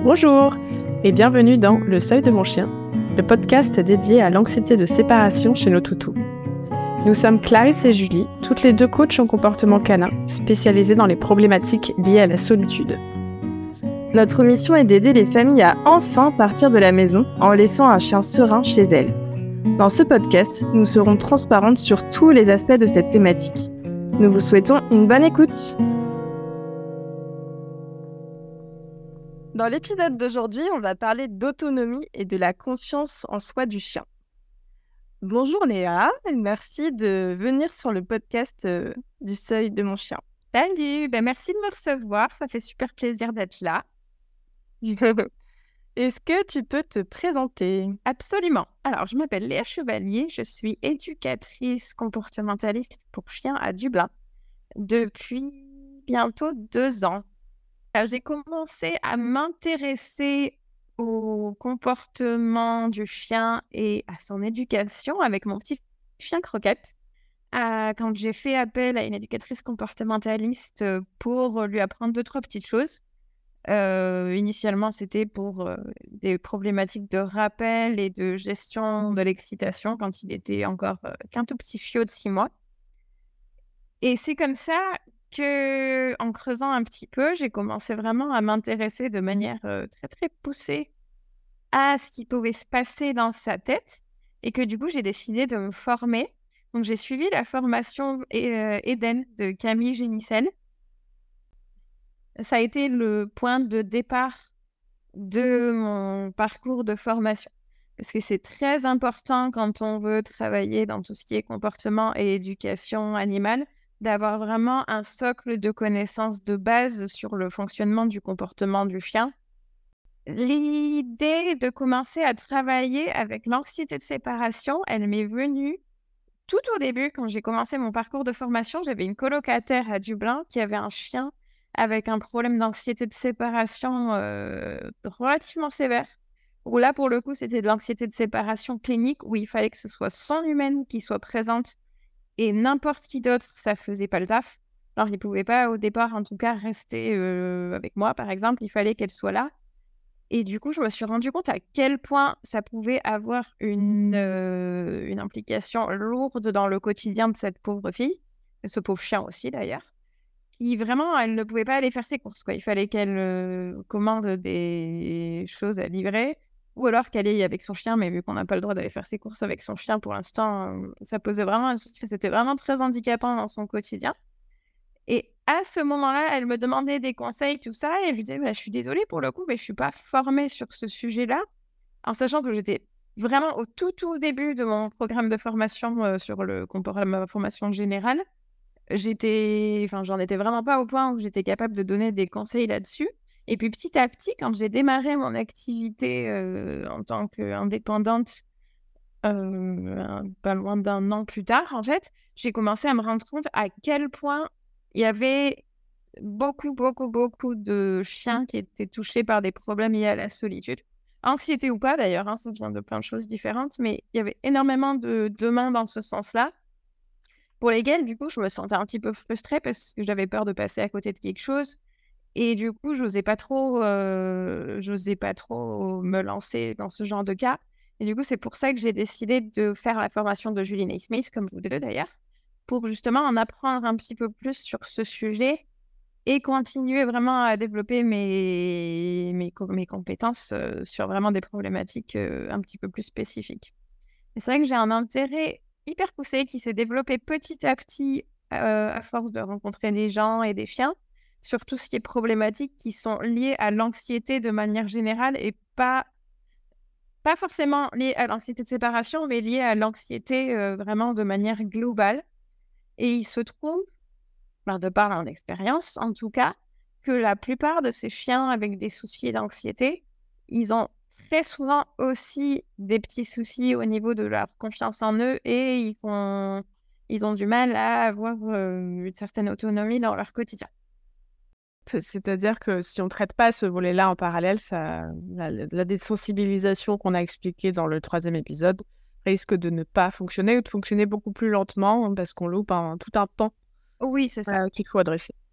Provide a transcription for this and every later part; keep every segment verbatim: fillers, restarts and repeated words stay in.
Bonjour et bienvenue dans Le Seuil de mon chien, le podcast dédié à l'anxiété de séparation chez nos toutous. Nous sommes Clarisse et Julie, toutes les deux coachs en comportement canin, spécialisées dans les problématiques liées à la solitude. Notre mission est d'aider les familles à enfin partir de la maison en laissant un chien serein chez elles. Dans ce podcast, nous serons transparentes sur tous les aspects de cette thématique. Nous vous souhaitons une bonne écoute. Dans l'épisode d'aujourd'hui, on va parler d'autonomie et de la confiance en soi du chien. Bonjour Léa, merci de venir sur le podcast euh, du Seuil de mon chien. Salut, ben merci de me recevoir, ça fait super plaisir d'être là. Est-ce que tu peux te présenter ? Absolument. Alors, je m'appelle Léa Chevalier, je suis éducatrice comportementaliste pour chiens à Dublin depuis bientôt deux ans. Alors, j'ai commencé à m'intéresser au comportement du chien et à son éducation avec mon petit chien Croquette. Euh, quand j'ai fait appel à une éducatrice comportementaliste pour lui apprendre deux, trois petites choses. Euh, initialement, c'était pour euh, des problématiques de rappel et de gestion de l'excitation quand il était encore euh, qu'un tout petit chiot de six mois. Et c'est comme ça que, en creusant un petit peu, j'ai commencé vraiment à m'intéresser de manière euh, très très poussée à ce qui pouvait se passer dans sa tête et que du coup, j'ai décidé de me former. Donc, j'ai suivi la formation euh, Eden de Camille Génissel. Ça a été le point de départ de mon parcours de formation. Parce que c'est très important quand on veut travailler dans tout ce qui est comportement et éducation animale, d'avoir vraiment un socle de connaissances de base sur le fonctionnement du comportement du chien. L'idée de commencer à travailler avec l'anxiété de séparation, elle m'est venue tout au début, quand j'ai commencé mon parcours de formation. J'avais une colocataire à Dublin qui avait un chien avec un problème d'anxiété de séparation euh, relativement sévère, où là, pour le coup, c'était de l'anxiété de séparation clinique, où il fallait que ce soit son humaine qui soit présente et n'importe qui d'autre, ça faisait pas le taf. Alors, il ne pouvait pas, au départ, en tout cas, rester euh, avec moi, par exemple. Il fallait qu'elle soit là. Et du coup, je me suis rendu compte à quel point ça pouvait avoir une, euh, une implication lourde dans le quotidien de cette pauvre fille, et ce pauvre chien aussi d'ailleurs, qui vraiment, elle ne pouvait pas aller faire ses courses, quoi. Il fallait qu'elle euh, commande des choses à livrer, ou alors qu'elle aille avec son chien, mais vu qu'on n'a pas le droit d'aller faire ses courses avec son chien pour l'instant, euh, ça posait vraiment un souci. C'était vraiment très handicapant dans son quotidien. Et à ce moment-là, elle me demandait des conseils, tout ça, et je lui disais, bah, je suis désolée pour le coup, mais je ne suis pas formée sur ce sujet-là, en sachant que j'étais vraiment au tout, tout début de mon programme de formation euh, sur le comportement, ma formation générale. J'étais, enfin, j'en étais vraiment pas au point où j'étais capable de donner des conseils là-dessus. Et puis petit à petit, quand j'ai démarré mon activité euh, en tant qu'indépendante, euh, pas loin d'un an plus tard, en fait, j'ai commencé à me rendre compte à quel point il y avait beaucoup, beaucoup, beaucoup de chiens qui étaient touchés par des problèmes liés à la solitude. Anxiété ou pas, d'ailleurs, hein, ça vient de plein de choses différentes, mais il y avait énormément de demandes dans ce sens-là, pour lesquelles, du coup, je me sentais un petit peu frustrée parce que j'avais peur de passer à côté de quelque chose. Et du coup, j'osais pas trop, euh, j'osais pas trop me lancer dans ce genre de cas. Et du coup, c'est pour ça que j'ai décidé de faire la formation de Julie Naismith, comme vous deux d'ailleurs, pour justement en apprendre un petit peu plus sur ce sujet et continuer vraiment à développer mes, mes, mes compétences euh, sur vraiment des problématiques euh, un petit peu plus spécifiques. Et c'est vrai que j'ai un intérêt hyper poussé qui s'est développé petit à petit euh, à force de rencontrer des gens et des chiens, sur tout ce qui est problématiques qui sont liées à l'anxiété de manière générale et pas, pas forcément liées à l'anxiété de séparation, mais liées à l'anxiété euh, vraiment de manière globale. Et il se trouve, ben, de par mon expérience en tout cas, que la plupart de ces chiens avec des soucis d'anxiété, ils ont très souvent aussi des petits soucis au niveau de leur confiance en eux et ils, font... ils ont du mal à avoir euh, une certaine autonomie dans leur quotidien. C'est-à-dire que si on ne traite pas ce volet-là en parallèle, ça, la, la désensibilisation qu'on a expliquée dans le troisième épisode risque de ne pas fonctionner ou de fonctionner beaucoup plus lentement parce qu'on loupe un, tout un pan Oui, c'est ça. euh, qu'il faut adresser.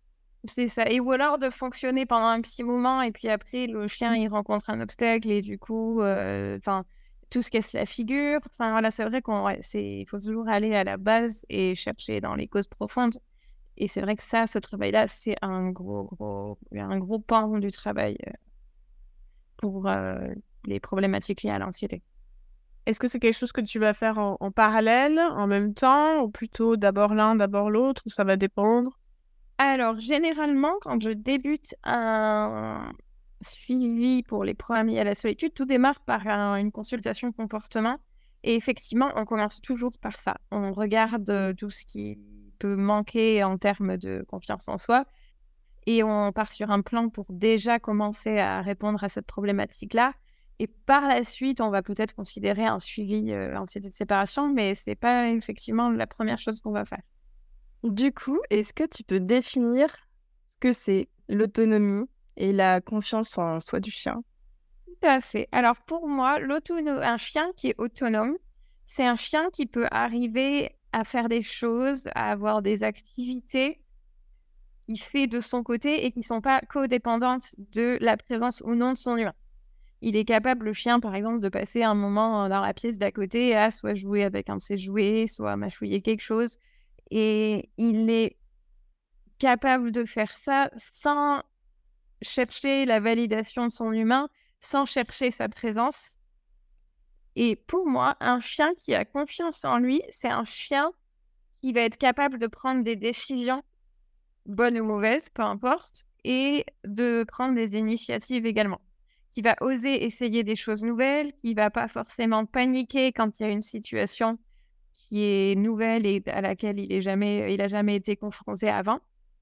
C'est ça. Et ou alors de fonctionner pendant un petit moment et puis après, le chien, il rencontre un obstacle et du coup, euh, enfin, tout se casse la figure. Enfin, voilà, c'est vrai qu'on, ouais, c'est, il faut toujours aller à la base et chercher dans les causes profondes. Et c'est vrai que ça, ce travail-là, c'est un gros, gros, un gros pan du travail euh, pour euh, les problématiques liées à l'anxiété. Est-ce que c'est quelque chose que tu vas faire en, en parallèle, en même temps, ou plutôt d'abord l'un, d'abord l'autre, ou ça va dépendre? Alors, généralement, quand je débute un suivi pour les problèmes liés à la solitude, tout démarre par un- une consultation comportement. Et effectivement, on commence toujours par ça. On regarde euh, tout ce qui peut manquer en termes de confiance en soi et on part sur un plan pour déjà commencer à répondre à cette problématique-là. Et par la suite, on va peut-être considérer un suivi euh, anxiété de séparation, mais c'est pas effectivement la première chose qu'on va faire. Du coup, est-ce que tu peux définir ce que c'est l'autonomie et la confiance en soi du chien? Tout à fait. Alors pour moi, l'autono- un chien qui est autonome, c'est un chien qui peut arriver à faire des choses, à avoir des activités qu'il fait de son côté et qui ne sont pas codépendantes de la présence ou non de son humain. Il est capable, le chien, par exemple, de passer un moment dans la pièce d'à côté à soit jouer avec un de ses jouets, soit mâchouiller quelque chose. Et il est capable de faire ça sans chercher la validation de son humain, sans chercher sa présence. Et pour moi, un chien qui a confiance en lui, c'est un chien qui va être capable de prendre des décisions, bonnes ou mauvaises, peu importe, et de prendre des initiatives également. Qui va oser essayer des choses nouvelles, qui va pas forcément paniquer quand il y a une situation qui est nouvelle et à laquelle il est jamais, il a jamais été confronté avant.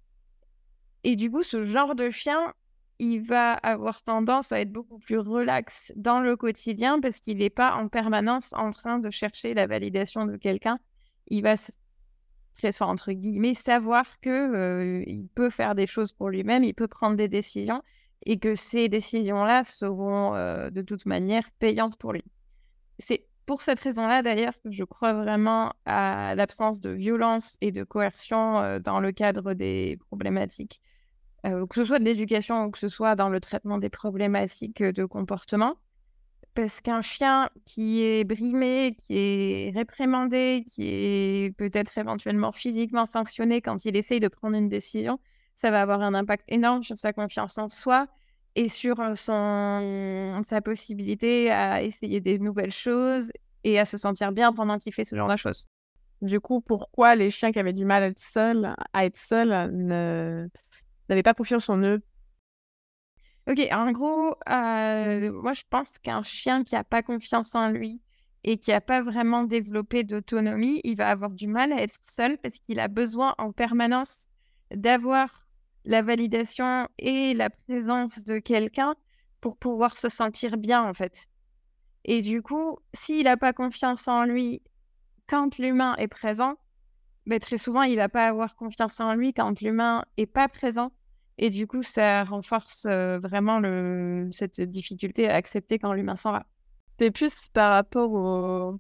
Et du coup, ce genre de chien, il va avoir tendance à être beaucoup plus relax dans le quotidien parce qu'il n'est pas en permanence en train de chercher la validation de quelqu'un. Il va, très ça entre guillemets, savoir que euh, il peut faire des choses pour lui-même, il peut prendre des décisions et que ces décisions-là seront euh, de toute manière payantes pour lui. C'est pour cette raison-là, d'ailleurs, que je crois vraiment à l'absence de violence et de coercion euh, dans le cadre des problématiques euh, que ce soit de l'éducation ou que ce soit dans le traitement des problématiques euh, de comportement. Parce qu'un chien qui est brimé, qui est réprimandé, qui est peut-être éventuellement physiquement sanctionné quand il essaye de prendre une décision, ça va avoir un impact énorme sur sa confiance en soi et sur euh, son... sa possibilité à essayer des nouvelles choses et à se sentir bien pendant qu'il fait ce genre de choses. Du coup, pourquoi les chiens qui avaient du mal à être seuls, à être seuls ne... n'avaient pas confiance en eux? Ok, en gros, euh, moi je pense qu'un chien qui n'a pas confiance en lui et qui n'a pas vraiment développé d'autonomie, il va avoir du mal à être seul parce qu'il a besoin en permanence d'avoir la validation et la présence de quelqu'un pour pouvoir se sentir bien en fait. Et du coup, s'il n'a pas confiance en lui quand l'humain est présent, ben, très souvent il va pas avoir confiance en lui quand l'humain est pas présent. Et du coup, ça renforce euh, vraiment le... cette difficulté à accepter quand l'humain s'en va. C'est plus par rapport au,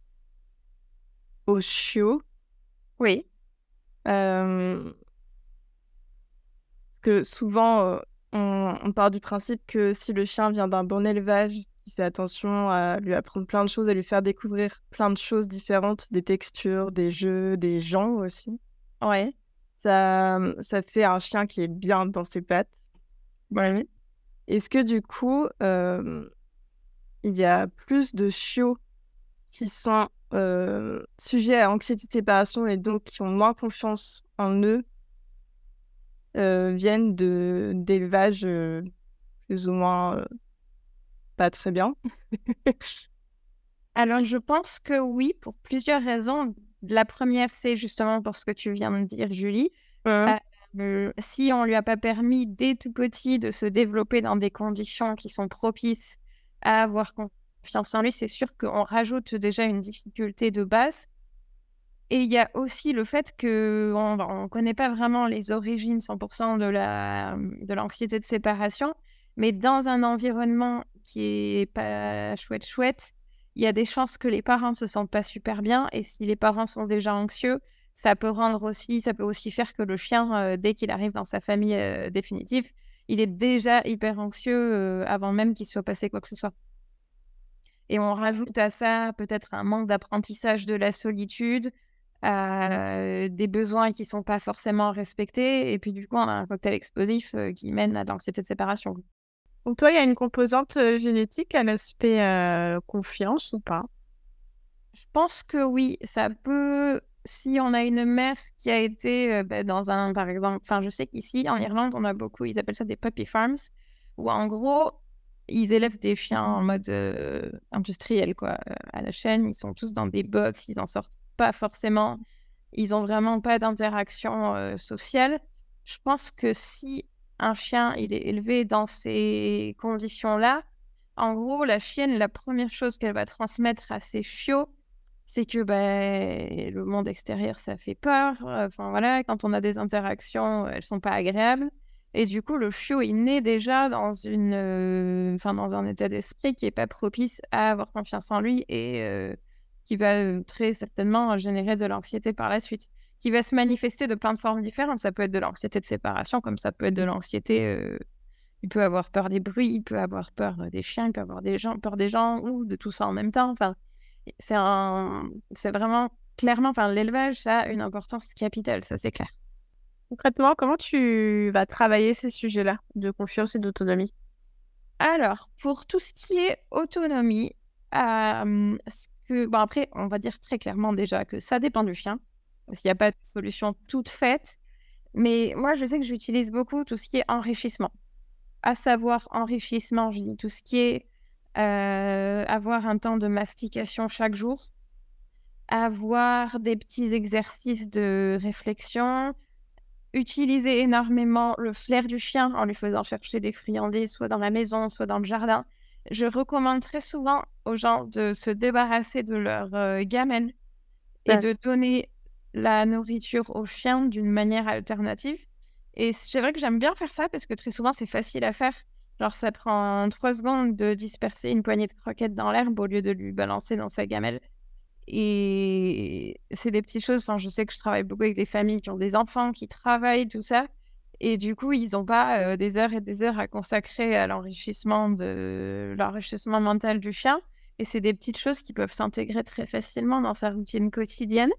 au chiot. Oui. euh, Parce que souvent, euh, on, on part du principe que si le chien vient d'un bon élevage, il fait attention à lui apprendre plein de choses, à lui faire découvrir plein de choses différentes, des textures, des jeux, des gens aussi. Ouais. Ça, ça fait un chien qui est bien dans ses pattes. Ouais. Est-ce que du coup, euh, il y a plus de chiots qui sont euh, sujets à anxiété de séparation et donc qui ont moins confiance en eux, euh, viennent de d'élevages euh, plus ou moins euh, pas très bien? Alors, je pense que oui, pour plusieurs raisons. La première, c'est justement pour ce que tu viens de dire, Julie. Mmh. Euh, euh, si on lui a pas permis dès tout petit de se développer dans des conditions qui sont propices à avoir confiance en lui, c'est sûr qu'on rajoute déjà une difficulté de base. Et il y a aussi le fait qu'on ne connaît pas vraiment les origines cent pour cent de, la, de l'anxiété de séparation, mais dans un environnement qui est pas chouette chouette, il y a des chances que les parents ne se sentent pas super bien. Et si les parents sont déjà anxieux, ça peut rendre aussi, ça peut aussi faire que le chien, euh, dès qu'il arrive dans sa famille euh, définitive, il est déjà hyper anxieux euh, avant même qu'il soit passé quoi que ce soit. Et on rajoute à ça peut-être un manque d'apprentissage de la solitude, euh, des besoins qui sont pas forcément respectés, et puis du coup, on a un cocktail explosif euh, qui mène à de l'anxiété de séparation. Donc toi, il y a une composante euh, génétique à l'aspect euh, confiance ou pas? Je pense que oui, ça peut. Si on a une mère qui a été euh, bah, dans un, par exemple, enfin, je sais qu'ici en Irlande, on a beaucoup, ils appellent ça des puppy farms, où en gros, ils élèvent des chiens en mode euh, industriel, quoi, euh, à la chaîne. Ils sont tous dans des box, ils en sortent pas forcément. Ils ont vraiment pas d'interaction euh, sociale. Je pense que si un chien il est élevé dans ces conditions-là, en gros, la chienne, la première chose qu'elle va transmettre à ses chiots, c'est que ben, le monde extérieur, ça fait peur. Enfin voilà, quand on a des interactions, elles sont pas agréables. Et du coup, le chiot, il naît déjà dans une, euh, enfin, dans un état d'esprit qui est pas propice à avoir confiance en lui et euh, qui va euh, très certainement générer de l'anxiété par la suite, qui va se manifester de plein de formes différentes. Ça peut être de l'anxiété de séparation, comme ça peut être de l'anxiété. Euh, il peut avoir peur des bruits, il peut avoir peur euh, des chiens, il peut avoir des gens, peur des gens ou de tout ça en même temps. Enfin, c'est un, c'est vraiment clairement, enfin, l'élevage, ça a une importance capitale, ça c'est clair. Concrètement, comment tu vas travailler ces sujets-là de confiance et d'autonomie? Alors, pour tout ce qui est autonomie, euh, ce que, bon après, on va dire très clairement déjà que ça dépend du chien, parce qu'il n'y a pas de solution toute faite. Mais moi, je sais que j'utilise beaucoup tout ce qui est enrichissement. À savoir enrichissement, je dis tout ce qui est euh, avoir un temps de mastication chaque jour, avoir des petits exercices de réflexion, utiliser énormément le flair du chien en lui faisant chercher des friandises, soit dans la maison, soit dans le jardin. Je recommande très souvent aux gens de se débarrasser de leur euh, gamelle et Ouais. de donner la nourriture aux chiens d'une manière alternative. Et c'est vrai que j'aime bien faire ça parce que très souvent, c'est facile à faire. Genre, ça prend trois secondes de disperser une poignée de croquettes dans l'herbe au lieu de lui balancer dans sa gamelle. Et c'est des petites choses, enfin, je sais que je travaille beaucoup avec des familles qui ont des enfants, qui travaillent, tout ça. Et du coup, ils n'ont pas euh, des heures et des heures à consacrer à l'enrichissement de l'enrichissement mental du chien. Et c'est des petites choses qui peuvent s'intégrer très facilement dans sa routine quotidienne.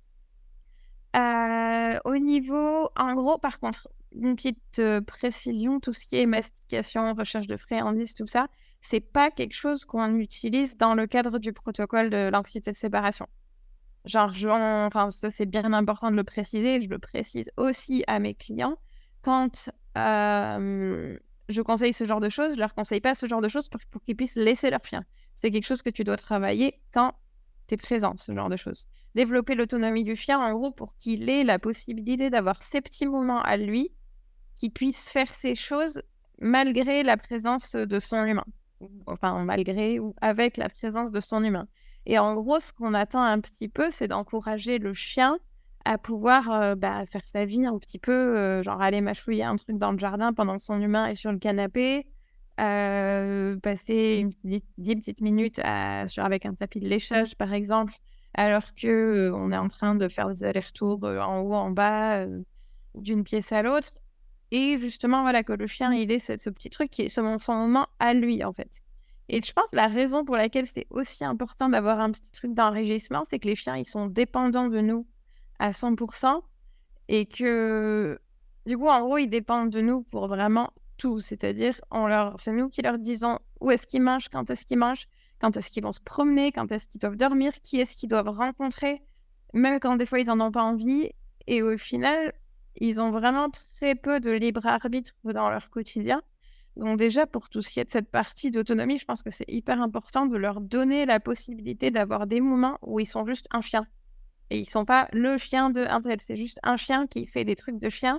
Euh, au niveau, en gros, par contre, une petite euh, précision, tout ce qui est mastication, recherche de friandises, tout ça, c'est pas quelque chose qu'on utilise dans le cadre du protocole de l'anxiété de séparation. Genre, je- on- enfin, ça c'est bien important de le préciser, je le précise aussi à mes clients. Quand euh, je conseille ce genre de choses, je leur conseille pas ce genre de choses pour, pour qu'ils puissent laisser leur chien. C'est quelque chose que tu dois travailler quand tu es présent, ce genre de choses. Développer l'autonomie du chien, en gros, pour qu'il ait la possibilité d'avoir ses petits moments à lui, qu'il puisse faire ces choses malgré la présence de son humain. Enfin, malgré ou avec la présence de son humain. Et en gros, ce qu'on attend un petit peu, c'est d'encourager le chien à pouvoir euh, bah, faire sa vie un petit peu, euh, genre aller mâchouiller un truc dans le jardin pendant que son humain est sur le canapé, euh, passer une petite, dix petites minutes à, sur, avec un tapis de léchage, par exemple, alors que euh, on est en train de faire des allers-retours euh, en haut, en bas, euh, d'une pièce à l'autre. Et justement, voilà, que le chien, il ait ce, ce petit truc qui est son, son moment à lui, en fait. Et je pense que la raison pour laquelle c'est aussi important d'avoir un petit truc d'enrichissement, c'est que les chiens, ils sont dépendants de nous à cent pour cent et que, du coup, en gros, ils dépendent de nous pour vraiment tout. C'est-à-dire, on leur, c'est nous qui leur disons où est-ce qu'ils mangent, quand est-ce qu'ils mangent, quand est-ce qu'ils vont se promener, quand est-ce qu'ils doivent dormir, qui est-ce qu'ils doivent rencontrer, même quand des fois, ils n'en ont pas envie. Et au final, ils ont vraiment très peu de libre arbitre dans leur quotidien. Donc déjà, pour tout ce qui est de cette partie d'autonomie, je pense que c'est hyper important de leur donner la possibilité d'avoir des moments où ils sont juste un chien. Et ils sont pas le chien de un tel, c'est juste un chien qui fait des trucs de chien.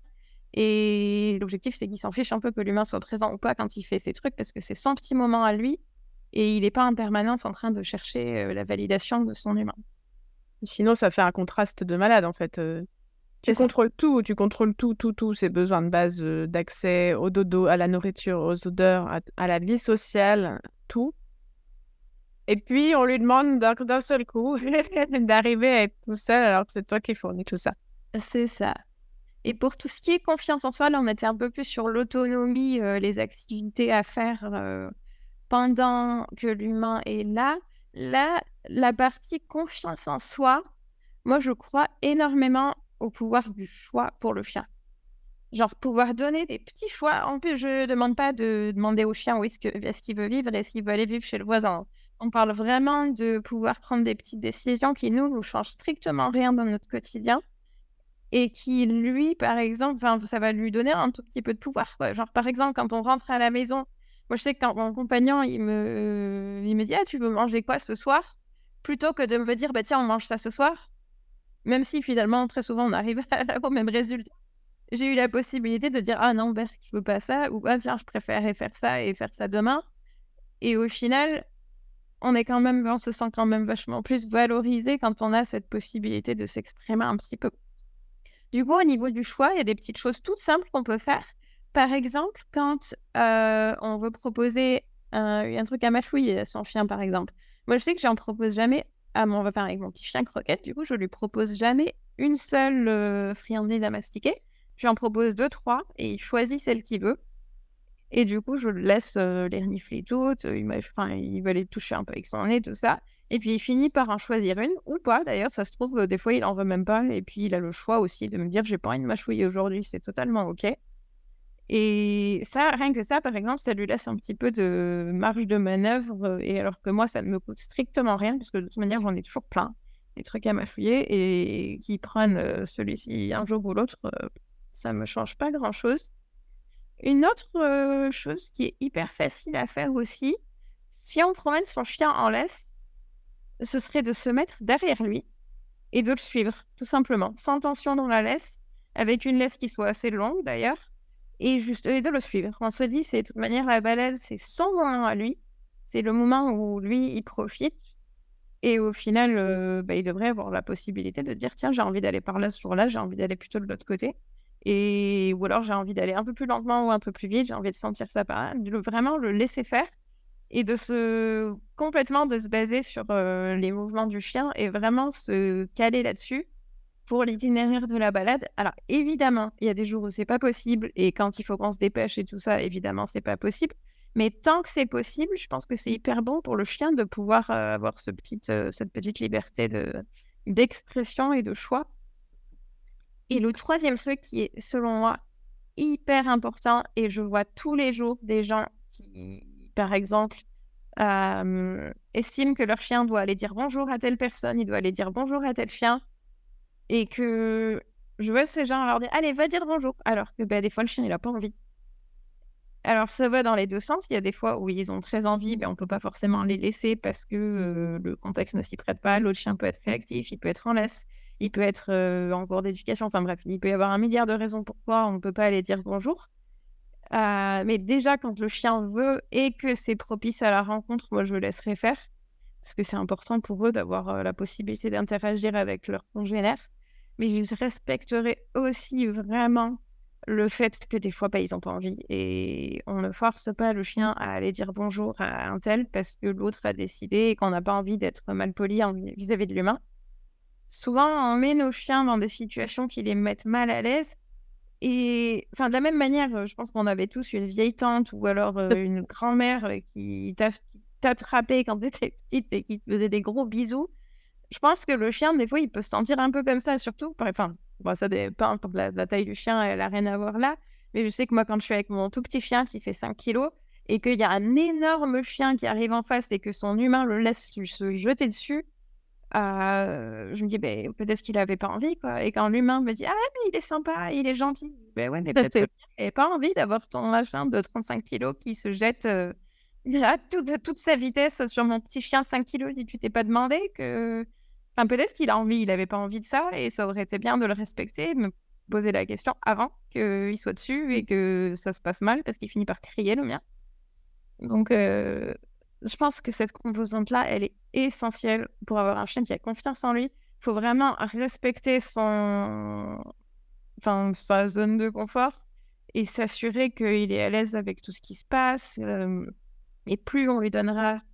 Et l'objectif, c'est qu'ils s'en fichent un peu que l'humain soit présent ou pas quand il fait ces trucs, parce que c'est son petit moment à lui, et il n'est pas en permanence en train de chercher euh, la validation de son humain. Sinon, ça fait un contraste de malade, en fait. Euh, tu C'est ça. contrôles tout, tu contrôles tout, tout, tout, ses besoins de base euh, d'accès au dodo, à la nourriture, aux odeurs, à, à la vie sociale, tout. Et puis, on lui demande d'un, d'un seul coup d'arriver à être tout seul alors que c'est toi qui fournis tout ça. C'est ça. Et pour tout ce qui est confiance en soi, là, on était un peu plus sur l'autonomie, euh, les activités à faire euh, pendant que l'humain est là. Là, la partie confiance en soi, moi, je crois énormément au pouvoir du choix pour le chien. Genre, pouvoir donner des petits choix. En plus, je ne demande pas de demander au chien où est-ce, que, est-ce qu'il veut vivre et s'il veut aller vivre chez le voisin. On parle vraiment de pouvoir prendre des petites décisions qui, nous, ne changent strictement rien dans notre quotidien et qui, lui, par exemple, ça va lui donner un tout petit peu de pouvoir, quoi. Genre, par exemple, quand on rentre à la maison, moi, je sais que quand mon compagnon, il me, il me dit « Ah, tu veux manger quoi ce soir ?» Plutôt que de me dire bah, « Tiens, on mange ça ce soir », même si, finalement, très souvent, on arrive au même résultat. J'ai eu la possibilité de dire « Ah non, bah, je veux pas ça » ou « Ah tiens, je préférerais faire ça et faire ça demain ». Et au final, on est quand même, on se sent quand même vachement plus valorisé quand on a cette possibilité de s'exprimer un petit peu. Du coup, au niveau du choix, il y a des petites choses toutes simples qu'on peut faire. Par exemple, quand euh, on veut proposer un, un truc à mâchouiller à son chien, par exemple. Moi, je sais que j'en propose jamais à mon, enfin, avec mon petit chien Croquette. Du coup, je lui propose jamais une seule euh, friandise à mastiquer. J'en propose deux, trois et il choisit celle qu'il veut. Et du coup, je le laisse euh, les renifler toutes. Il, enfin, il va les toucher un peu avec son nez, tout ça. Et puis, il finit par en choisir une, ou pas d'ailleurs. Ça se trouve, euh, des fois, il en veut même pas. Et puis, il a le choix aussi de me dire, j'ai pas envie de mâchouiller aujourd'hui. C'est totalement OK. Et ça, rien que ça, par exemple, ça lui laisse un petit peu de marge de manœuvre. Et alors que moi, ça ne me coûte strictement rien, parce que de toute manière, j'en ai toujours plein, des trucs à mâchouiller. Et qu'ils prennent euh, celui-ci un jour ou l'autre, euh, ça ne me change pas grand-chose. Une autre euh, chose qui est hyper facile à faire aussi, si on promène son chien en laisse, ce serait de se mettre derrière lui et de le suivre, tout simplement, sans tension dans la laisse, avec une laisse qui soit assez longue d'ailleurs, et juste et de le suivre. On se dit, c'est de toute manière, la balade, c'est son moment à lui, c'est le moment où lui, il profite, et au final, euh, bah, il devrait avoir la possibilité de dire, tiens, j'ai envie d'aller par là ce jour-là, j'ai envie d'aller plutôt de l'autre côté. Et ou alors j'ai envie d'aller un peu plus lentement ou un peu plus vite, j'ai envie de sentir ça par là, de vraiment le laisser faire et de se complètement de se baser sur euh, les mouvements du chien et vraiment se caler là-dessus pour l'itinéraire de la balade. Alors évidemment, il y a des jours où c'est pas possible et quand il faut qu'on se dépêche et tout ça, évidemment, c'est pas possible. Mais tant que c'est possible, je pense que c'est hyper bon pour le chien de pouvoir euh, avoir ce petit, euh, cette petite liberté de, d'expression et de choix. Et le troisième truc qui est, selon moi, hyper important, et je vois tous les jours des gens qui, par exemple, euh, estiment que leur chien doit aller dire bonjour à telle personne, il doit aller dire bonjour à tel chien, et que je vois ces gens leur dire « Allez, va dire bonjour », alors que bah, des fois, le chien, il n'a pas envie. Alors, ça va dans les deux sens. Il y a des fois où ils ont très envie, mais on ne peut pas forcément les laisser parce que euh, le contexte ne s'y prête pas. L'autre chien peut être réactif, il peut être en laisse, il peut être euh, en cours d'éducation. Enfin bref, il peut y avoir un milliard de raisons pourquoi on ne peut pas aller dire bonjour. Euh, mais déjà, quand le chien veut et que c'est propice à la rencontre, moi, je laisserai faire. Parce que c'est important pour eux d'avoir euh, la possibilité d'interagir avec leurs congénères. Mais je respecterai aussi vraiment le fait que des fois, bah, ils n'ont pas envie. Et on ne force pas le chien à aller dire bonjour à un tel parce que l'autre a décidé et qu'on n'a pas envie d'être mal poli vis-à-vis de l'humain. Souvent, on met nos chiens dans des situations qui les mettent mal à l'aise. Et enfin, de la même manière, je pense qu'on avait tous une vieille tante ou alors euh, une grand-mère qui t'a, qui t'a attrapé quand tu étais petite et qui te faisait des gros bisous. Je pense que le chien, des fois, il peut se sentir un peu comme ça, surtout. Enfin, bon, ça dépend, la, la taille du chien, elle n'a rien à voir là. Mais je sais que moi, quand je suis avec mon tout petit chien qui fait cinq kilos et qu'il y a un énorme chien qui arrive en face et que son humain le laisse se jeter dessus, euh, je me dis, bah, peut-être qu'il n'avait pas envie, quoi. Et quand l'humain me dit, ah, mais il est sympa, il est gentil. Ben ouais, mais peut-être qu'il n'avait pas envie d'avoir ton machin de trente-cinq kilos qui se jette euh, à tout, de toute sa vitesse sur mon petit chien cinq kilos. Tu t'es pas demandé que... Enfin, peut-être qu'il a envie, il n'avait pas envie de ça et ça aurait été bien de le respecter, de me poser la question avant qu'il soit dessus et que ça se passe mal parce qu'il finit par crier, le mien. Donc, euh, je pense que cette composante-là, elle est essentielle pour avoir un chien qui a confiance en lui. Il faut vraiment respecter son... enfin, sa zone de confort et s'assurer qu'il est à l'aise avec tout ce qui se passe. Euh, et plus on lui donnera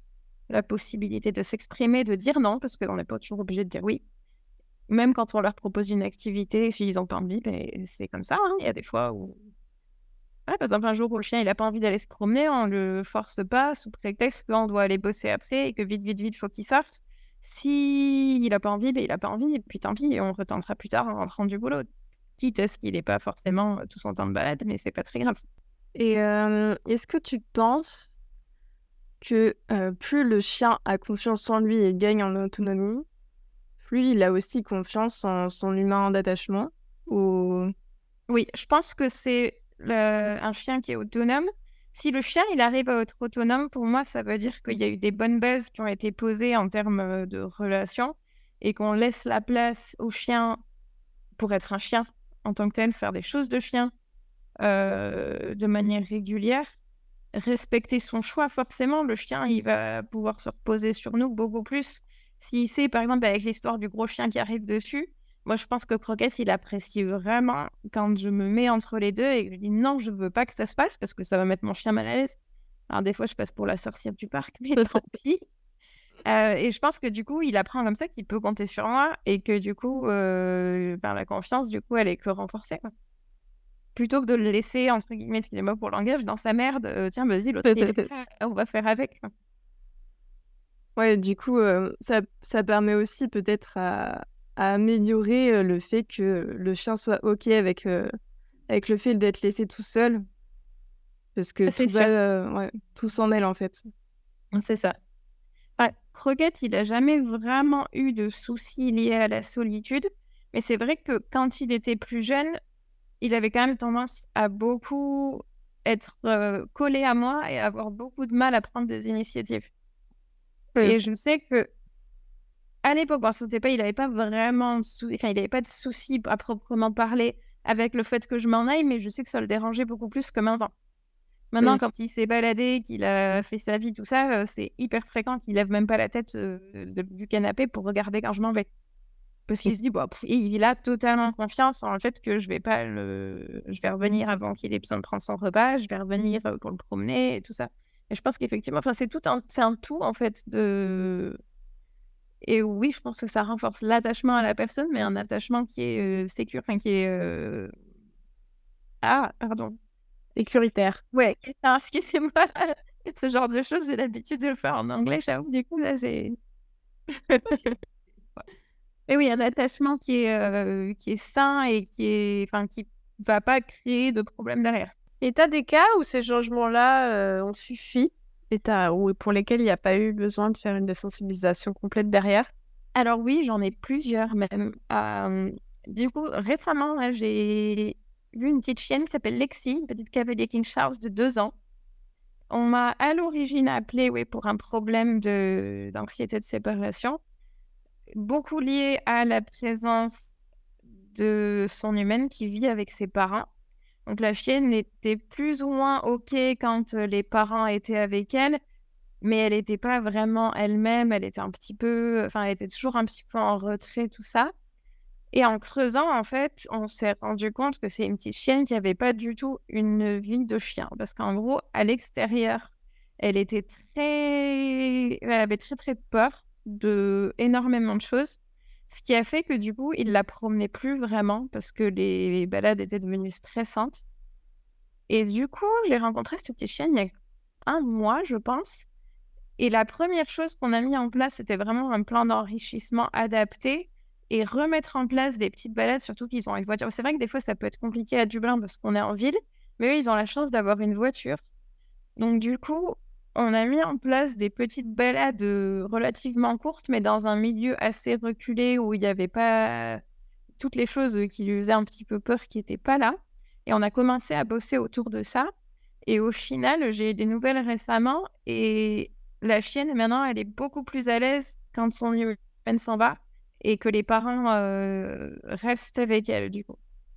la possibilité de s'exprimer, de dire non, parce qu'on n'est pas toujours obligé de dire oui. Même quand on leur propose une activité, s'ils n'ont pas envie, ben, c'est comme ça. Hein. Il y a des fois où... Ouais, par exemple, un jour où le chien il n'a pas envie d'aller se promener, on ne le force pas sous prétexte qu'on doit aller bosser après et que vite, vite, vite, il faut qu'il sorte. S'il n'a pas envie, ben, il n'a pas envie, et puis tant pis, on retentera plus tard en rentrant du boulot. Quitte à ce qu'il n'ait pas forcément tout son temps de balade, mais c'est pas très grave. Et euh, est-ce que tu penses que euh, plus le chien a confiance en lui et gagne en autonomie, plus il a aussi confiance en son humain d'attachement ou... Oui, je pense que c'est le... un chien qui est autonome. Si le chien il arrive à être autonome, pour moi, ça veut dire qu'il y a eu des bonnes bases qui ont été posées en termes de relations et qu'on laisse la place au chien pour être un chien en tant que tel, faire des choses de chien euh, de manière régulière. Respecter son choix, forcément, le chien, il va pouvoir se reposer sur nous beaucoup plus. S'il sait, par exemple, avec l'histoire du gros chien qui arrive dessus, moi, je pense que Croquette, il apprécie vraiment quand je me mets entre les deux et que je dis non, je veux pas que ça se passe parce que ça va mettre mon chien mal à l'aise. Alors, des fois, je passe pour la sorcière du parc, mais tant pis. Euh, et je pense que du coup, il apprend comme ça qu'il peut compter sur moi et que du coup, euh, ben, la confiance, du coup, elle est que renforcée, quoi. Plutôt que de le laisser, entre guillemets, excusez-moi pour le langage, dans sa merde, euh, tiens, vas-y, l'autre, il est prêt, on va faire avec. Ouais, du coup, euh, ça, ça permet aussi peut-être à, à améliorer euh, le fait que le chien soit OK avec, euh, avec le fait d'être laissé tout seul. Parce que C'est tout, sûr. va, euh, ouais, tout s'en mêle, en fait. C'est ça. Ouais, Croquette, il n'a jamais vraiment eu de soucis liés à la solitude, mais c'est vrai que quand il était plus jeune, il avait quand même tendance à beaucoup être euh, collé à moi et avoir beaucoup de mal à prendre des initiatives. Oui. Et je sais que à l'époque, bon, c'était pas, il n'avait pas vraiment de sou... enfin, il n'avait pas de soucis à proprement parler avec le fait que je m'en aille, mais je sais que ça le dérangeait beaucoup plus que maintenant. Maintenant, Oui. quand il s'est baladé, qu'il a fait sa vie, tout ça, euh, c'est hyper fréquent qu'il lève même pas la tête euh, de- du canapé pour regarder quand je m'en vais. Parce qu'il se dit, bah, pff, il a totalement confiance en le fait que je vais pas le... je vais revenir avant qu'il ait besoin de prendre son repas, je vais revenir euh, pour le promener et tout ça. Et je pense qu'effectivement, enfin, c'est tout un... c'est un tout, en fait, de... Et oui, je pense que ça renforce l'attachement à la personne, mais un attachement qui est euh, sécure, enfin, qui est... euh, Ah, pardon. Sécuritaire. Ouais, non, excusez-moi. Ce genre de choses, j'ai l'habitude de le faire en anglais, j'avoue. Du coup, là, j'ai... Mais oui, un attachement qui est, euh, qui est sain et qui est... Enfin, qui va pas créer de problème derrière. Et t'as des cas où ces changements-là euh, ont suffi et t'as... ou pour lesquels il n'y a pas eu besoin de faire une désensibilisation complète derrière? Alors oui, j'en ai plusieurs même. Euh, du coup, récemment, là, j'ai vu une petite chienne qui s'appelle Lexi, une petite cavalier King Charles de deux ans. On m'a à l'origine appelée oui, pour un problème de... d'anxiété de séparation, beaucoup lié à la présence de son humaine qui vit avec ses parents. Donc la chienne était plus ou moins OK quand euh, les parents étaient avec elle, mais elle n'était pas vraiment elle-même, elle était un petit peu... Enfin, elle était toujours un petit peu en retrait, tout ça. Et en creusant, en fait, on s'est rendu compte que c'est une petite chienne qui n'avait pas du tout une vie de chien. Parce qu'en gros, à l'extérieur, elle était très... Elle avait très, très peur de énormément de choses. Ce qui a fait que, du coup, il ne la promenait plus vraiment parce que les balades étaient devenues stressantes. Et du coup, j'ai rencontré cette petite chienne il y a un mois, je pense. Et la première chose qu'on a mis en place, c'était vraiment un plan d'enrichissement adapté et remettre en place des petites balades, surtout qu'ils ont une voiture. C'est vrai que des fois, ça peut être compliqué à Dublin parce qu'on est en ville, mais eux, ils ont la chance d'avoir une voiture. Donc, du coup, on a mis en place des petites balades euh, relativement courtes, mais dans un milieu assez reculé où il n'y avait pas toutes les choses euh, qui lui faisaient un petit peu peur qui n'étaient pas là. Et on a commencé à bosser autour de ça. Et au final, j'ai eu des nouvelles récemment et la chienne, maintenant, elle est beaucoup plus à l'aise quand son humaine s'en va et que les parents euh, restent avec elle, du coup.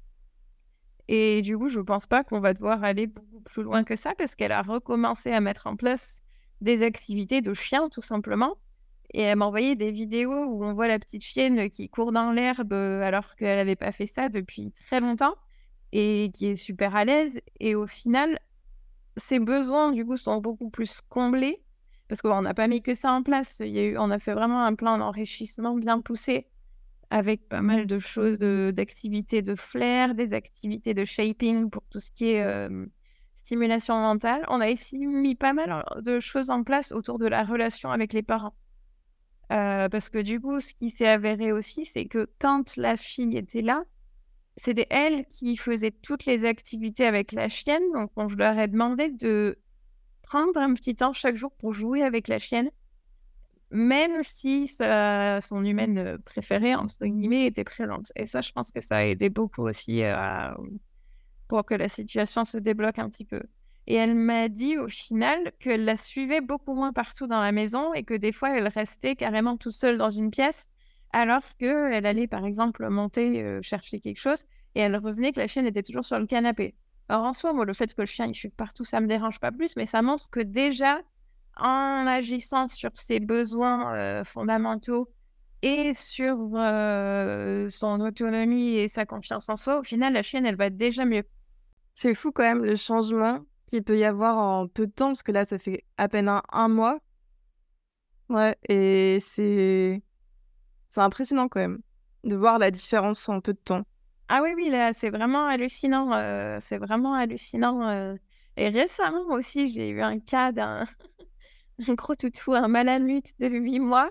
Et du coup, je pense pas qu'on va devoir aller beaucoup plus loin que ça parce qu'elle a recommencé à mettre en place des activités de chien, tout simplement. Et elle m'a envoyé des vidéos où on voit la petite chienne qui court dans l'herbe euh, alors qu'elle n'avait pas fait ça depuis très longtemps et qui est super à l'aise. Et au final, ses besoins, du coup, sont beaucoup plus comblés parce qu'on n'a pas mis que ça en place. Il y a eu, on a fait vraiment un plan d'enrichissement bien poussé avec pas mal de choses, de, d'activités de flair, des activités de shaping pour tout ce qui est euh, stimulation mentale. On a aussi mis pas mal de choses en place autour de la relation avec les parents. Euh, parce que du coup, ce qui s'est avéré aussi, c'est que quand la fille était là, c'était elle qui faisait toutes les activités avec la chienne. Donc, on, je leur ai demandé de prendre un petit temps chaque jour pour jouer avec la chienne, même si sa, son humaine préférée, entre guillemets, était présente. Et ça, je pense que ça a aidé beaucoup aussi euh, pour que la situation se débloque un petit peu. Et elle m'a dit au final qu'elle la suivait beaucoup moins partout dans la maison et que des fois, elle restait carrément toute seule dans une pièce alors qu'elle allait, par exemple, monter, euh, chercher quelque chose et elle revenait que la chienne était toujours sur le canapé. Alors en soi, moi, le fait que le chien il suive partout, ça me dérange pas plus, mais ça montre que déjà, en agissant sur ses besoins euh, fondamentaux et sur euh, son autonomie et sa confiance en soi, au final, la chienne, elle va déjà mieux. C'est fou quand même le changement qu'il peut y avoir en peu de temps, parce que là, ça fait à peine un, un mois. Ouais, et c'est... c'est impressionnant quand même de voir la différence en peu de temps. Ah oui, oui, là, c'est vraiment hallucinant. euh, c'est vraiment hallucinant. euh. Et récemment aussi, j'ai eu un cas d'un un gros toutou, un malamute de huit mois,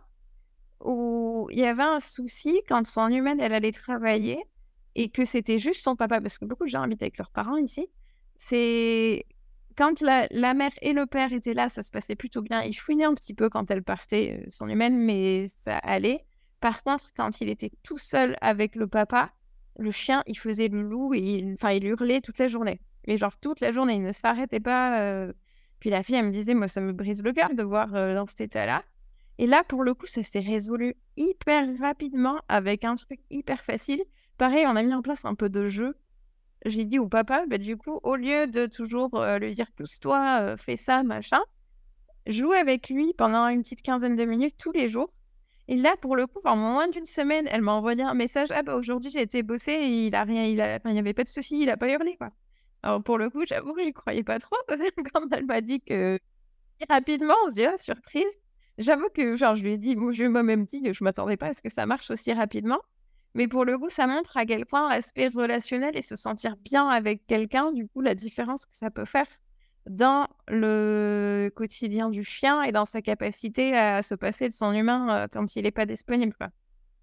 où il y avait un souci quand son humaine, elle allait travailler et que c'était juste son papa, parce que beaucoup de gens habitent avec leurs parents ici. C'est quand la, la mère et le père étaient là, ça se passait plutôt bien. Il chouinait un petit peu quand elle partait, euh, son humaine, mais ça allait. Par contre, quand il était tout seul avec le papa, le chien, il faisait le loup et il, enfin, il hurlait toute la journée. Mais genre toute la journée, il ne s'arrêtait pas. euh. Puis la fille, elle me disait, moi, ça me brise le cœur de voir euh, dans cet état-là. Et là, pour le coup, ça s'est résolu hyper rapidement avec un truc hyper facile. Pareil, on a mis en place un peu de jeu. J'ai dit au papa, bah, du coup, au lieu de toujours euh, lui dire pousse-toi, euh, fais ça, machin, joue avec lui pendant une petite quinzaine de minutes tous les jours. Et là, pour le coup, en moins d'une semaine, elle m'a envoyé un message. Ah bah aujourd'hui, j'ai été bosser et il a rien, il a, enfin, il n'y avait pas de souci, il a pas hurlé, quoi. Alors pour le coup, j'avoue que j'y croyais pas trop quand elle m'a dit que rapidement, on se dit, ah, surprise. J'avoue que, genre, je lui ai dit, moi, je moi-même dit que je m'attendais pas à ce que ça marche aussi rapidement. Mais pour le coup, ça montre à quel point l'aspect relationnel et se sentir bien avec quelqu'un, du coup, la différence que ça peut faire dans le quotidien du chien et dans sa capacité à se passer de son humain euh, quand il n'est pas disponible, quoi.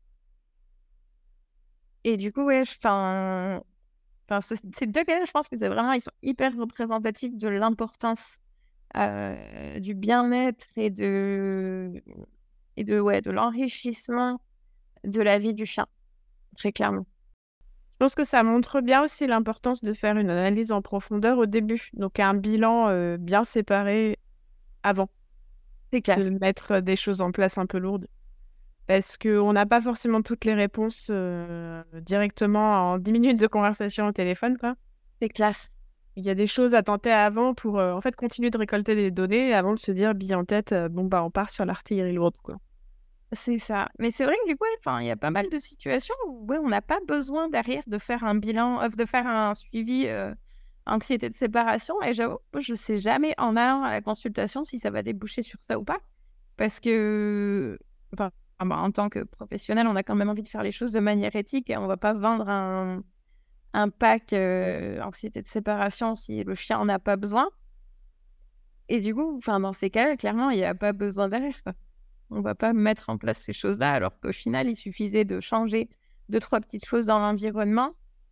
Et du coup, ouais, enfin, enfin, ce- ces deux cas-là, je pense que c'est vraiment, ils sont hyper représentatifs de l'importance euh, du bien-être et de, et de, ouais, de l'enrichissement de la vie du chien, très clairement. Je pense que ça montre bien aussi l'importance de faire une analyse en profondeur au début. Donc, un bilan euh, bien séparé avant C'est clair. de mettre des choses en place un peu lourdes. Parce qu'on n'a pas forcément toutes les réponses euh, directement en dix minutes de conversation au téléphone, quoi. C'est clair. Il y a des choses à tenter avant pour euh, en fait continuer de récolter des données avant de se dire, bille en tête, euh, bon, bah, on part sur l'artillerie lourde, quoi. C'est ça. Mais c'est vrai que du coup, enfin, il y a pas mal de situations où ouais, on n'a pas besoin derrière de faire un bilan, euh, de faire un suivi euh, anxiété de séparation. Et j'avoue, moi, je ne sais jamais en allant à la consultation si ça va déboucher sur ça ou pas. Parce que, enfin, ah bah, en tant que professionnel, on a quand même envie de faire les choses de manière éthique et on ne va pas vendre un, un pack euh, anxiété de séparation si le chien n'en a pas besoin. Et du coup, enfin, dans ces cas-là, clairement, il n'y a pas besoin derrière, quoi. On va pas mettre en place ces choses-là, alors qu'au final, il suffisait de changer deux, trois petites choses dans l'environnement.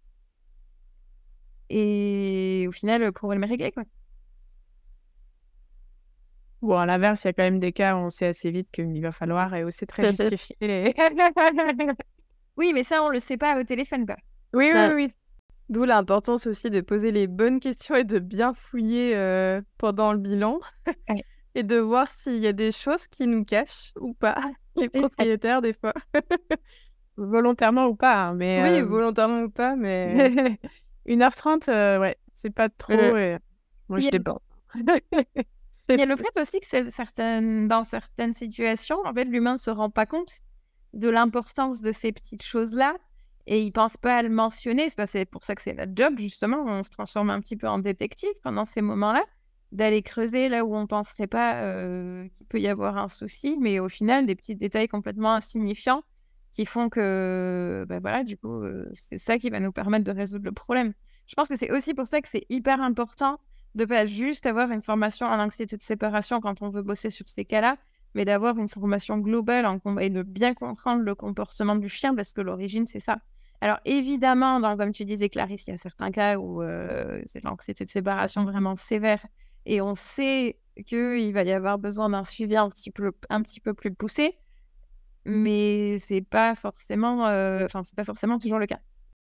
Et au final, le problème est réglé, quoi. Bon, à l'inverse, il y a quand même des cas où on sait assez vite qu'il va falloir et aussi très justifier les... Oui, mais ça, on le sait pas au téléphone, quoi. Oui, oui, Bah, oui, oui. D'où l'importance aussi de poser les bonnes questions et de bien fouiller euh, pendant le bilan. Ouais. Et de voir s'il y a des choses qui nous cachent ou pas, les propriétaires des fois. Volontairement ou pas, hein, mais... Oui, euh, volontairement ou pas, mais... une heure trente, euh, ouais, c'est pas trop... Euh, et... Moi, il y je a- déborde. Il y a le fait aussi que c'est certaines, dans certaines situations, en fait, l'humain ne se rend pas compte de l'importance de ces petites choses-là et il pense pas à le mentionner. C'est pas- c'est pour ça que c'est notre job, justement. On se transforme un petit peu en détective pendant ces moments-là. d'aller creuser là où on ne penserait pas euh, qu'il peut y avoir un souci, mais au final, des petits détails complètement insignifiants qui font que, bah voilà, du coup, euh, c'est ça qui va nous permettre de résoudre le problème. Je pense que c'est aussi pour ça que c'est hyper important de ne pas juste avoir une formation en anxiété de séparation quand on veut bosser sur ces cas-là, mais d'avoir une formation globale en com- et de bien comprendre le comportement du chien, parce que l'origine, c'est ça. Alors évidemment, dans, comme tu disais, Clarisse, il y a certains cas où euh, c'est de l'anxiété de séparation vraiment sévère, et on sait qu'il va y avoir besoin d'un suivi un petit peu, un petit peu plus poussé, mais c'est pas forcément, euh, enfin, c'est pas forcément toujours le cas.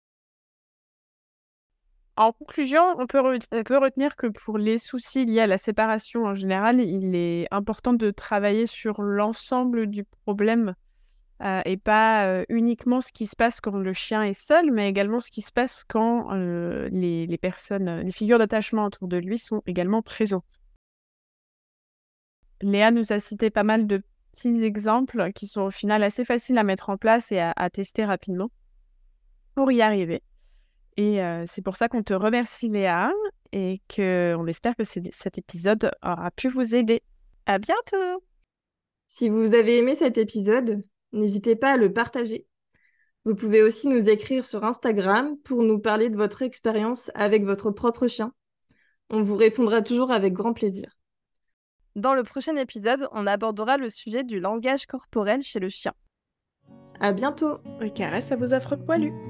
En conclusion, on peut, re- on peut retenir que pour les soucis liés à la séparation en général, il est important de travailler sur l'ensemble du problème euh, et pas euh, uniquement ce qui se passe quand le chien est seul, mais également ce qui se passe quand euh, les, les personnes, les figures d'attachement autour de lui sont également présentes. Léa nous a cité pas mal de petits exemples qui sont au final assez faciles à mettre en place et à, à tester rapidement pour y arriver. Et euh, c'est pour ça qu'on te remercie Léa et qu'on espère que c'est- cet épisode aura pu vous aider. À bientôt! Si vous avez aimé cet épisode, n'hésitez pas à le partager. Vous pouvez aussi nous écrire sur Instagram pour nous parler de votre expérience avec votre propre chien. On vous répondra toujours avec grand plaisir. Dans le prochain épisode, on abordera le sujet du langage corporel chez le chien. À bientôt! Et caresse à vos affreux poilus.